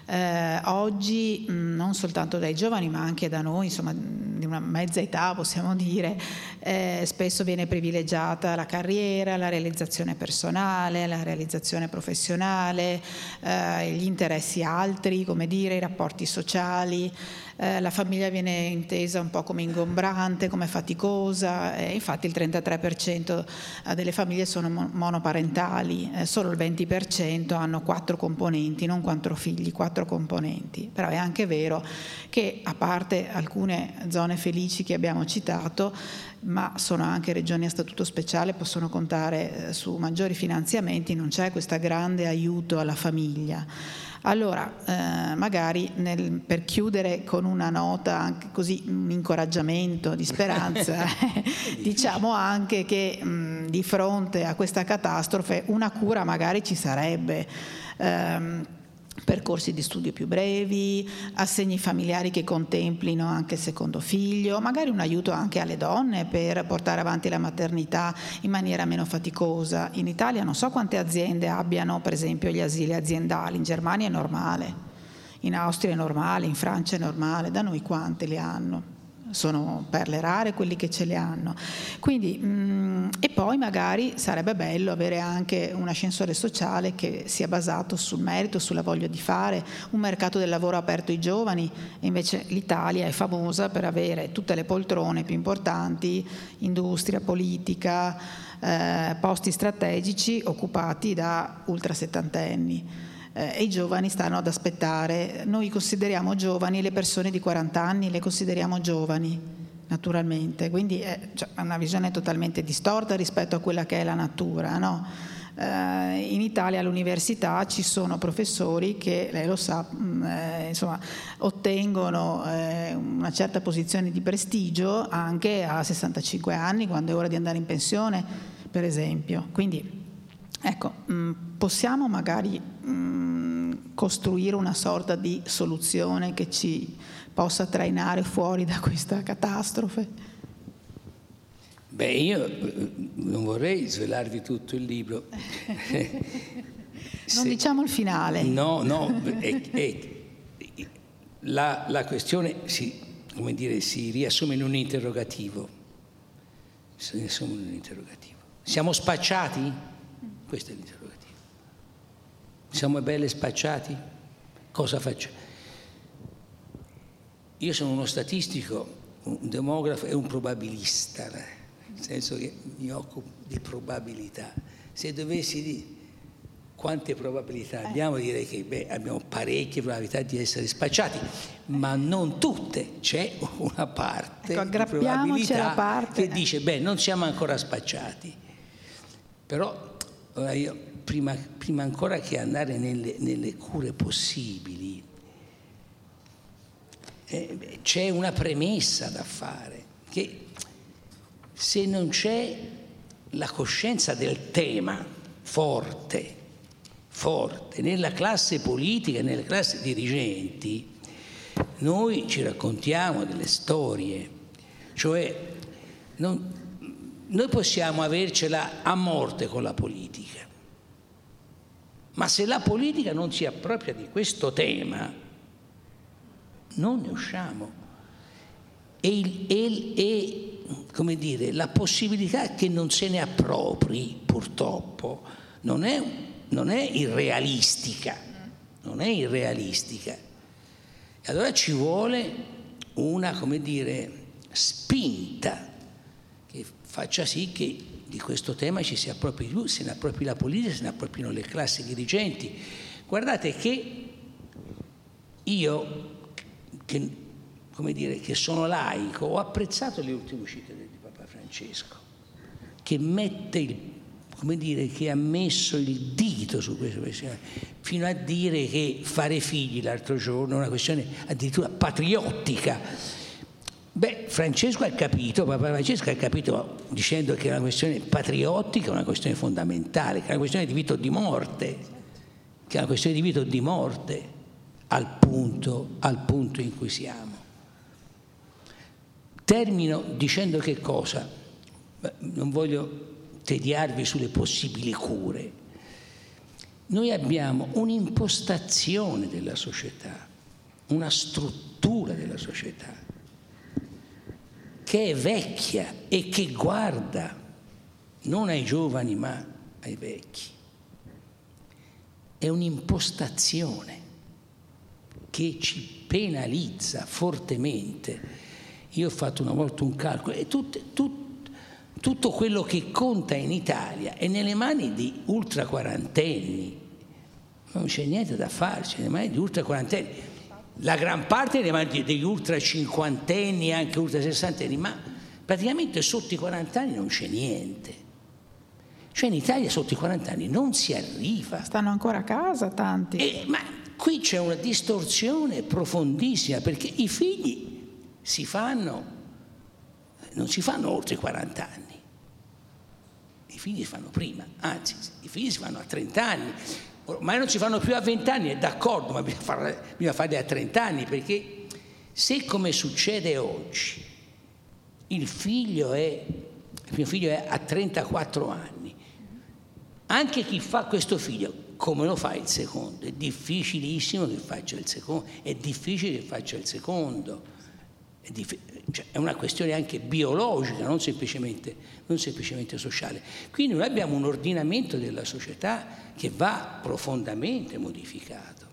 Oggi non soltanto dai giovani ma anche da noi, insomma di una mezza età possiamo dire, spesso viene privilegiata la carriera, la realizzazione personale, la realizzazione professionale, gli interessi altri, come dire, i rapporti sociali. La famiglia viene intesa un po' come ingombrante, come faticosa, infatti il 33% delle famiglie sono monoparentali, solo il 20% hanno 4 componenti, non 4 figli, 4 componenti. Però è anche vero che, a parte alcune zone felici che abbiamo citato, ma sono anche regioni a statuto speciale, possono contare su maggiori finanziamenti, non c'è questo grande aiuto alla famiglia. Allora, magari per chiudere con una nota anche così, un incoraggiamento di speranza, diciamo anche che di fronte a questa catastrofe una cura magari ci sarebbe. Percorsi di studio più brevi, assegni familiari che contemplino anche il secondo figlio, magari un aiuto anche alle donne per portare avanti la maternità in maniera meno faticosa. In Italia non so quante aziende abbiano per esempio gli asili aziendali, in Germania è normale, in Austria è normale, in Francia è normale, da noi quante le hanno? Sono perle rare quelli che ce le hanno. Quindi, e poi magari sarebbe bello avere anche un ascensore sociale che sia basato sul merito, sulla voglia di fare, un mercato del lavoro aperto ai giovani. E invece l'Italia è famosa per avere tutte le poltrone più importanti, industria, politica, posti strategici occupati da ultra settantenni. E i giovani stanno ad aspettare. Noi consideriamo giovani le persone di 40 anni, le consideriamo giovani naturalmente, quindi è una visione totalmente distorta rispetto a quella che è la natura, no? In Italia all'università ci sono professori che, lei lo sa, insomma, ottengono una certa posizione di prestigio anche a 65 anni, quando è ora di andare in pensione, per esempio. Quindi ecco, possiamo magari costruire una sorta di soluzione che ci possa trainare fuori da questa catastrofe? Beh, io non vorrei svelarvi tutto il libro. Non diciamo il finale. No, la questione si riassume in un interrogativo. Siamo spacciati? Questo è l'interrogativo. Siamo belle spacciati? Cosa facciamo? Io sono uno statistico, un demografo e un probabilista, nel senso che mi occupo di probabilità. Se dovessi dire quante probabilità abbiamo, direi che abbiamo parecchie probabilità di essere spacciati, ma non tutte. C'è una parte di probabilità che dice non siamo ancora spacciati. Però ora io prima ancora che andare nelle cure possibili, c'è una premessa da fare, che se non c'è la coscienza del tema forte nella classe politica e nelle classi dirigenti, noi ci raccontiamo delle storie, cioè noi possiamo avercela a morte con la politica, ma se la politica non si appropria di questo tema, non ne usciamo. E come dire, la possibilità che non se ne appropri, purtroppo, non è irrealistica, non è irrealistica. E allora ci vuole una, come dire, spinta che faccia sì che di questo tema ci si appropri più, se ne appropri la politica, se ne approprino le classi dirigenti. Guardate che io, come dire, che sono laico, ho apprezzato le ultime uscite di Papa Francesco, che mette come dire, che ha messo il dito su questa questione, fino a dire che fare figli l'altro giorno è una questione addirittura patriottica. Beh, Francesco ha capito, Papa Francesco ha capito dicendo che è una questione patriottica, una questione fondamentale, che è una questione di vita o di morte, che è una questione di vita o di morte al punto in cui siamo. Termino dicendo che cosa? Non voglio tediarvi sulle possibili cure. Noi abbiamo un'impostazione della società, una struttura della società che è vecchia e che guarda non ai giovani ma ai vecchi. È un'impostazione che ci penalizza fortemente. Io ho fatto una volta un calcolo e tutto quello che conta in Italia è nelle mani di ultraquarantenni. Non c'è niente da farci, nelle mani di ultraquarantenni. La gran parte è nelle mani degli ultracinquantenni, anche ultrasessantenni, ma praticamente sotto i 40 anni non c'è niente. Cioè in Italia sotto i 40 anni non si arriva. Stanno ancora a casa tanti. Ma qui c'è una distorsione profondissima, perché i figli non si fanno oltre i 40 anni. I figli si fanno prima, anzi, i figli si fanno a 30 anni. Ormai non si fanno più a 20 anni, è d'accordo, ma bisogna farli a 30 anni, perché se, come succede oggi, il mio figlio è a 34 anni, anche chi fa questo figlio, come lo fa il secondo? È difficilissimo che faccia il secondo, è difficile che faccia il secondo. Cioè, è una questione anche biologica, non semplicemente sociale. Quindi noi abbiamo un ordinamento della società che va profondamente modificato,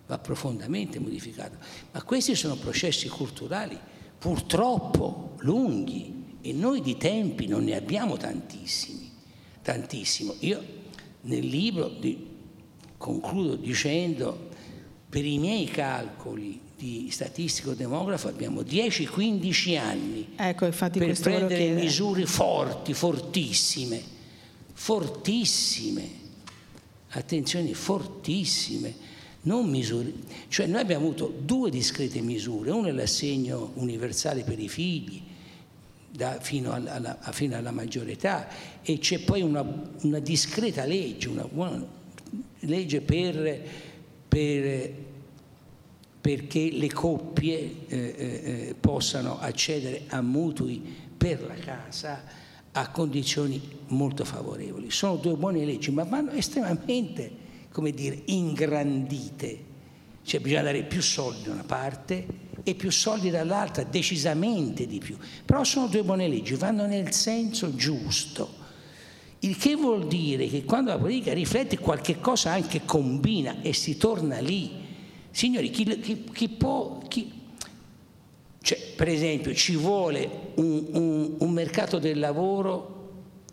ma questi sono processi culturali purtroppo lunghi e noi di tempi non ne abbiamo tantissimo. Io nel libro concludo dicendo, per i miei calcoli di statistico demografo abbiamo 10-15 anni per prendere misure fortissime, attenzione, fortissime, non misure, cioè noi abbiamo avuto 2 discrete misure, una è l'assegno universale per i figli fino alla maggiore età, e c'è poi una discreta legge, una buona legge perché le coppie possano accedere a mutui per la casa a condizioni molto favorevoli. Sono 2 buone leggi, ma vanno estremamente, come dire, ingrandite. Cioè bisogna dare più soldi da una parte e più soldi dall'altra, decisamente di più. Però sono 2 buone leggi, vanno nel senso giusto. Il che vuol dire che quando la politica riflette, qualche cosa anche combina e si torna lì. Signori, cioè, per esempio, ci vuole un mercato del lavoro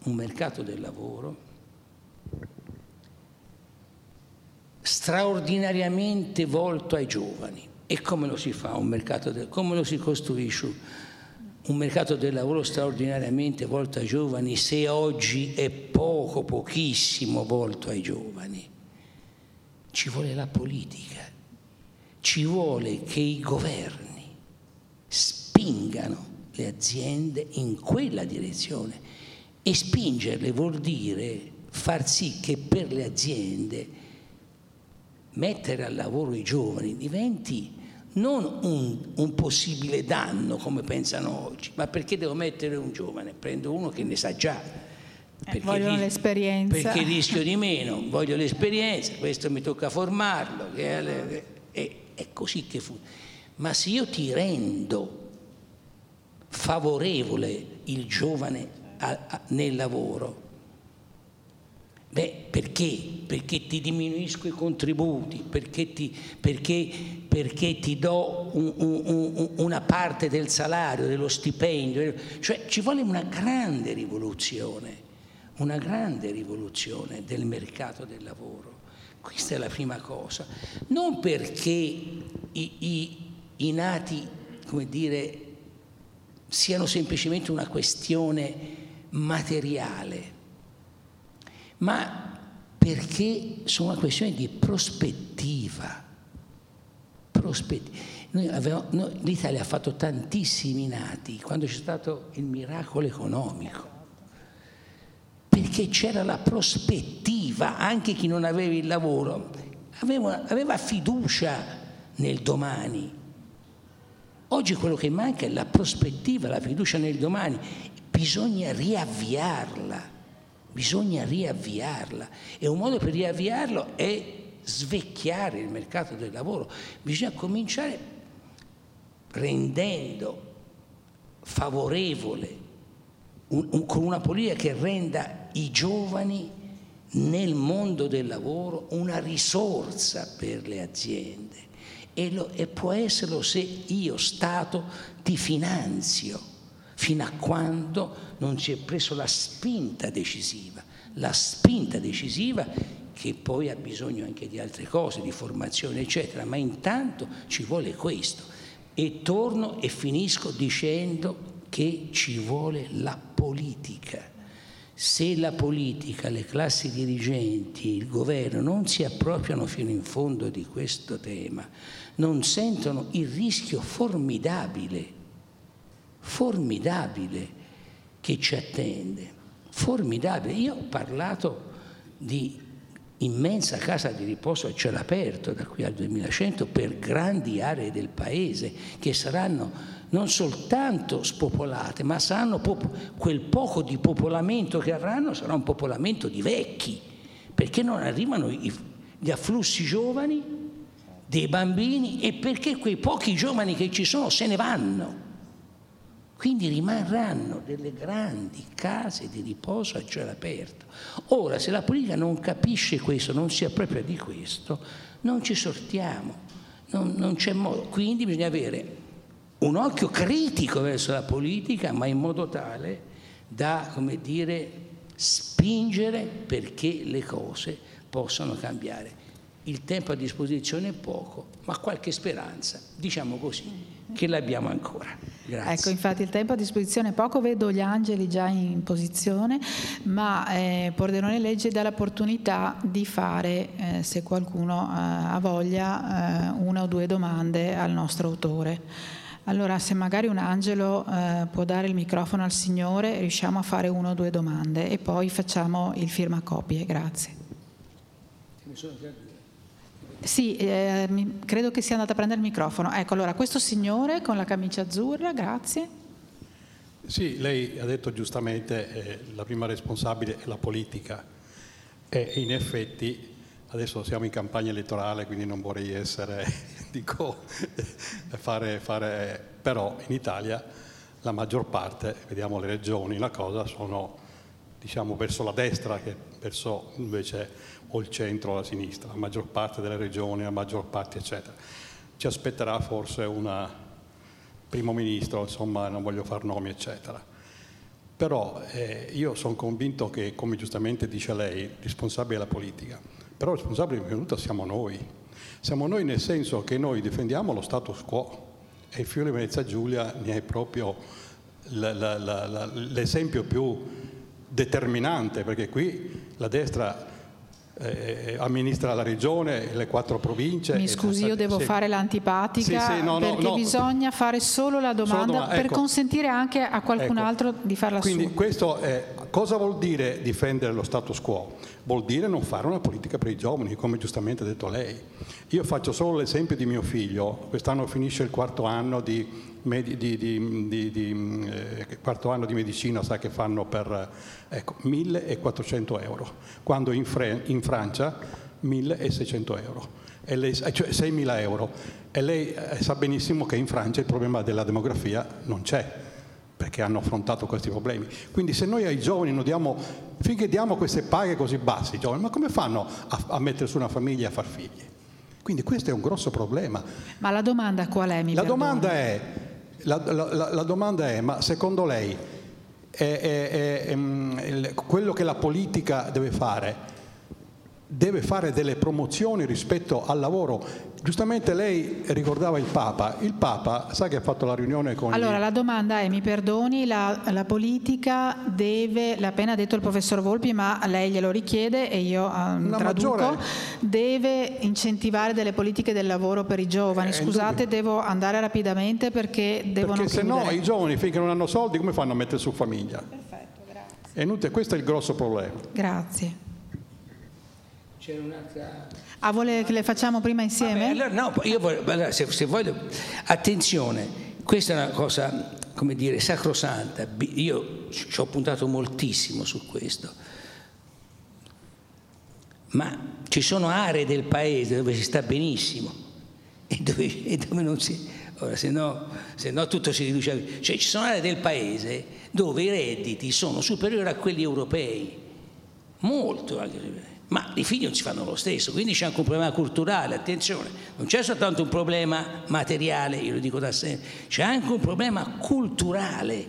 straordinariamente volto ai giovani. E come lo si fa come lo si costruisce un mercato del lavoro straordinariamente volto ai giovani, se oggi è pochissimo volto ai giovani? Ci vuole la politica, ci vuole che i governi spingano le aziende in quella direzione, e spingerle vuol dire far sì che per le aziende mettere al lavoro i giovani diventi non un possibile danno come pensano oggi, ma perché devo mettere un giovane? Prendo uno che ne sa già, vogliono l'esperienza, perché rischio di meno, voglio l'esperienza, questo mi tocca formarlo, è così che funziona. Ma se io ti rendo favorevole il giovane nel lavoro? Beh, perché? Perché ti diminuisco i contributi, perché ti do una parte del salario, dello stipendio. Cioè ci vuole una grande rivoluzione del mercato del lavoro. Questa è la prima cosa. Non perché i nati, come dire, siano semplicemente una questione materiale, ma perché sono una questione di prospettiva. L'Italia ha fatto tantissimi nati quando c'è stato il miracolo economico, perché c'era la prospettiva. Anche chi non aveva il lavoro aveva fiducia nel domani. Oggi quello che manca è la prospettiva, la fiducia nel domani. Bisogna riavviarla. E un modo per riavviarlo è svecchiare il mercato del lavoro. Bisogna cominciare rendendo favorevole con una politica che renda i giovani nel mondo del lavoro una risorsa per le aziende. E può esserlo se io, Stato, ti finanzio, fino a quando non si è preso la spinta decisiva che poi ha bisogno anche di altre cose, di formazione eccetera, ma intanto ci vuole questo. E torno e finisco dicendo che ci vuole la politica. Se la politica, le classi dirigenti, il governo non si appropriano fino in fondo di questo tema, non sentono il rischio formidabile che ci attende, formidabile. Io ho parlato di immensa casa di riposo a cielo aperto da qui al 2100 per grandi aree del paese che saranno non soltanto spopolate, ma saranno quel poco di popolamento che avranno sarà un popolamento di vecchi, perché non arrivano gli afflussi giovani, dei bambini, e perché quei pochi giovani che ci sono se ne vanno. Quindi rimarranno delle grandi case di riposo a cielo aperto. Ora, se la politica non capisce questo, non si appropria di questo, non ci sortiamo, non c'è modo. Quindi bisogna avere un occhio critico verso la politica, ma in modo tale da, come dire, spingere perché le cose possano cambiare. Il tempo a disposizione è poco, ma qualche speranza, diciamo così, che l'abbiamo ancora. Grazie. Ecco, infatti il tempo a disposizione è poco, vedo gli angeli già in posizione, ma Pordenone Legge dà l'opportunità di fare, se qualcuno ha voglia, una o due domande al nostro autore. Allora, se magari un angelo può dare il microfono al Signore, riusciamo a fare una o due domande e poi facciamo il firmacopie. Grazie. Sì, credo che sia andata a prendere il microfono. Ecco, allora, questo signore con la camicia azzurra, grazie. Sì, lei ha detto giustamente la prima responsabile è la politica e in effetti adesso siamo in campagna elettorale, quindi non vorrei essere, però in Italia la maggior parte, vediamo le regioni, la cosa sono, diciamo, verso la destra che verso invece o il centro o la sinistra, la maggior parte delle regioni, la maggior parte eccetera. Ci aspetterà forse un primo ministro, insomma non voglio far nomi eccetera. Però io sono convinto che, come giustamente dice lei, responsabile è la politica, però responsabili in venuta siamo noi nel senso che noi difendiamo lo status quo e il Friuli Venezia Giulia ne è proprio l'esempio più determinante, perché qui la destra amministra la regione, le 4 province. Mi scusi, io devo fare l'antipatica perché bisogna fare solo la domanda per consentire anche a qualcun altro di farla sua. Quindi questo cosa vuol dire difendere lo status quo? Vuol dire non fare una politica per i giovani, come giustamente ha detto lei. Io faccio solo l'esempio di mio figlio, quest'anno finisce il quarto anno di medicina, sa che fanno per 1.400 euro, quando in Francia 1.600 euro, e lei, cioè 6.000 euro, e lei sa benissimo che in Francia il problema della demografia non c'è, perché hanno affrontato questi problemi. Quindi se noi ai giovani finché diamo queste paghe così basse, i giovani, ma come fanno a mettere su una famiglia e a far figli? Quindi questo è un grosso problema. Ma la domanda qual è? La domanda è, ma secondo lei quello che la politica deve fare delle promozioni rispetto al lavoro? Giustamente lei ricordava il Papa sa che ha fatto la riunione con... Allora la domanda è, mi perdoni, la politica deve, l'ha appena detto il professor Volpi, ma lei glielo richiede e io traduco, deve incentivare delle politiche del lavoro per i giovani. Scusate, devo andare rapidamente perché devono chiudere. Se no i giovani finché non hanno soldi come fanno a mettere su famiglia? Perfetto, grazie. È inutile, questo è il grosso problema. Grazie. C'è un'altra... vuole che le facciamo prima insieme? Vabbè, allora, no, io voglio, se voglio, attenzione, questa è una cosa, come dire, sacrosanta. Io ci ho puntato moltissimo su questo, ma ci sono aree del paese dove si sta benissimo e dove non si... Ora, se no tutto si riduce a... Cioè, ci sono aree del paese dove i redditi sono superiori a quelli europei, molto anche superiori. Ma i figli non si fanno lo stesso, quindi c'è anche un problema culturale, attenzione, non c'è soltanto un problema materiale, io lo dico da sempre, c'è anche un problema culturale,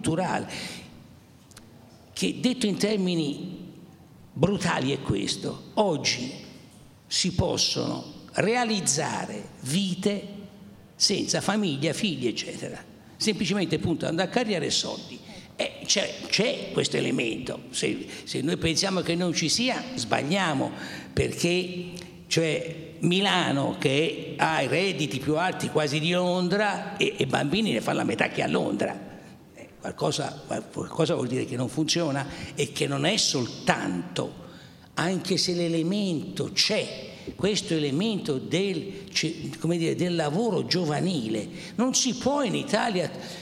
che detto in termini brutali è questo: oggi si possono realizzare vite senza famiglia, figli, eccetera, semplicemente puntando a carriera e soldi. C'è questo elemento, se noi pensiamo che non ci sia sbagliamo, perché cioè Milano, che ha i redditi più alti quasi di Londra, e bambini ne fa la metà che a Londra, qualcosa vuol dire che non funziona, e che non è soltanto, anche se l'elemento c'è, questo elemento del lavoro giovanile. Non si può in Italia...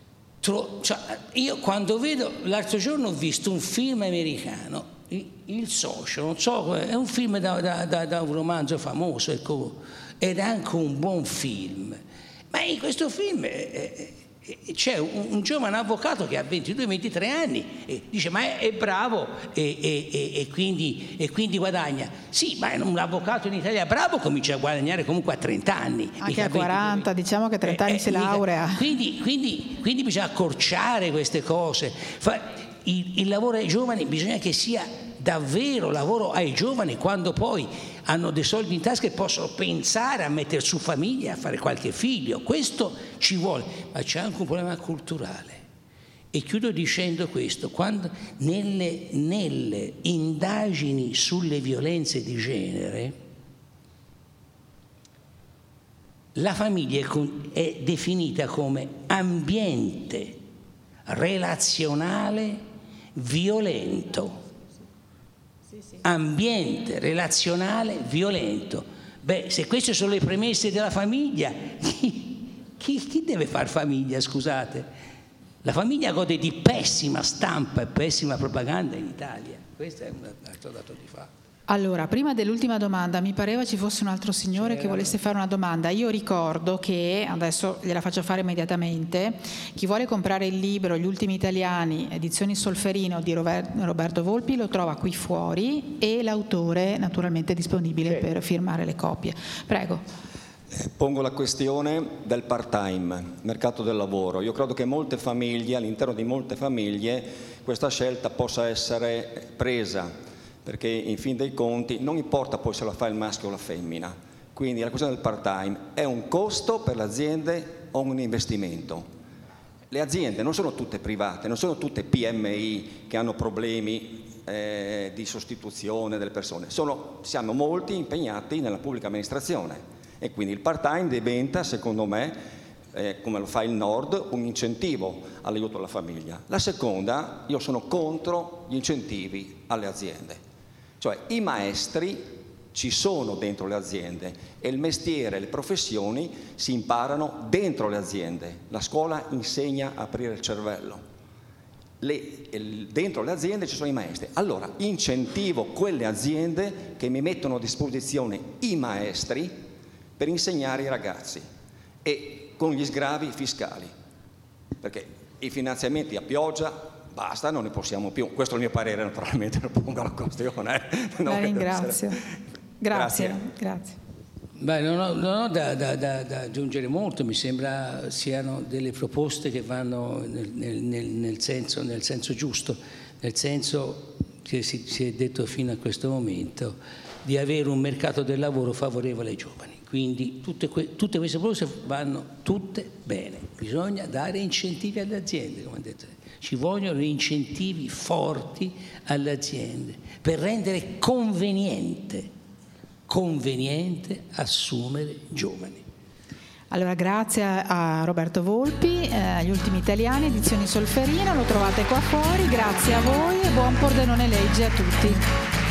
io quando vedo, l'altro giorno ho visto un film americano, Il Socio, non so, è un film da un romanzo famoso, ecco, ed è anche un buon film, ma in questo film c'è un giovane avvocato che ha 22-23 anni e dice ma è bravo e quindi guadagna. Sì, ma un avvocato in Italia bravo comincia a guadagnare comunque a 30 anni. Anche a 40, diciamo che a 30 anni si laurea. Quindi bisogna accorciare queste cose. Il lavoro ai giovani bisogna che sia davvero lavoro ai giovani, quando poi hanno dei soldi in tasca e possono pensare a mettere su famiglia, a fare qualche figlio. Questo ci vuole, ma c'è anche un problema culturale. E chiudo dicendo questo: quando nelle indagini sulle violenze di genere la famiglia è definita come ambiente relazionale violento. Ambiente relazionale violento. Beh, se queste sono le premesse della famiglia, chi deve far famiglia, scusate? La famiglia gode di pessima stampa e pessima propaganda in Italia. Questo è un altro dato di fatto. Allora, prima dell'ultima domanda, mi pareva ci fosse un altro signore che volesse fare una domanda. Io ricordo che, adesso gliela faccio fare immediatamente, chi vuole comprare il libro Gli ultimi italiani, edizioni Solferino di Roberto Volpi, lo trova qui fuori e l'autore naturalmente è disponibile per firmare le copie. Prego. Pongo la questione del part-time, mercato del lavoro. Io credo che molte famiglie, all'interno di molte famiglie, questa scelta possa essere presa, perché in fin dei conti non importa poi se la fa il maschio o la femmina. Quindi la questione del part-time è un costo per le aziende o un investimento. Le aziende non sono tutte private, non sono tutte PMI che hanno problemi di sostituzione delle persone. Siamo molti impegnati nella pubblica amministrazione e quindi il part-time diventa, secondo me, come lo fa il Nord, un incentivo all'aiuto alla famiglia. La seconda, io sono contro gli incentivi alle aziende. Cioè i maestri ci sono dentro le aziende e il mestiere, le professioni si imparano dentro le aziende. La scuola insegna a aprire il cervello. Dentro le aziende ci sono i maestri. Allora incentivo quelle aziende che mi mettono a disposizione i maestri per insegnare ai ragazzi e con gli sgravi fiscali. Perché i finanziamenti a pioggia basta, non ne possiamo più. Questo è il mio parere, naturalmente, non pongo la questione. La ringrazio. Grazie. Beh, non ho da aggiungere molto, mi sembra siano delle proposte che vanno nel senso giusto, nel senso che si è detto fino a questo momento, di avere un mercato del lavoro favorevole ai giovani. Quindi tutte queste proposte vanno tutte bene, bisogna dare incentivi alle aziende, come ha detto. Ci vogliono incentivi forti alle aziende per rendere conveniente assumere giovani. Allora, grazie a Roberto Volpi, Gli ultimi italiani, edizioni Solferino, lo trovate qua fuori. Grazie a voi e buon Pordenone Legge a tutti.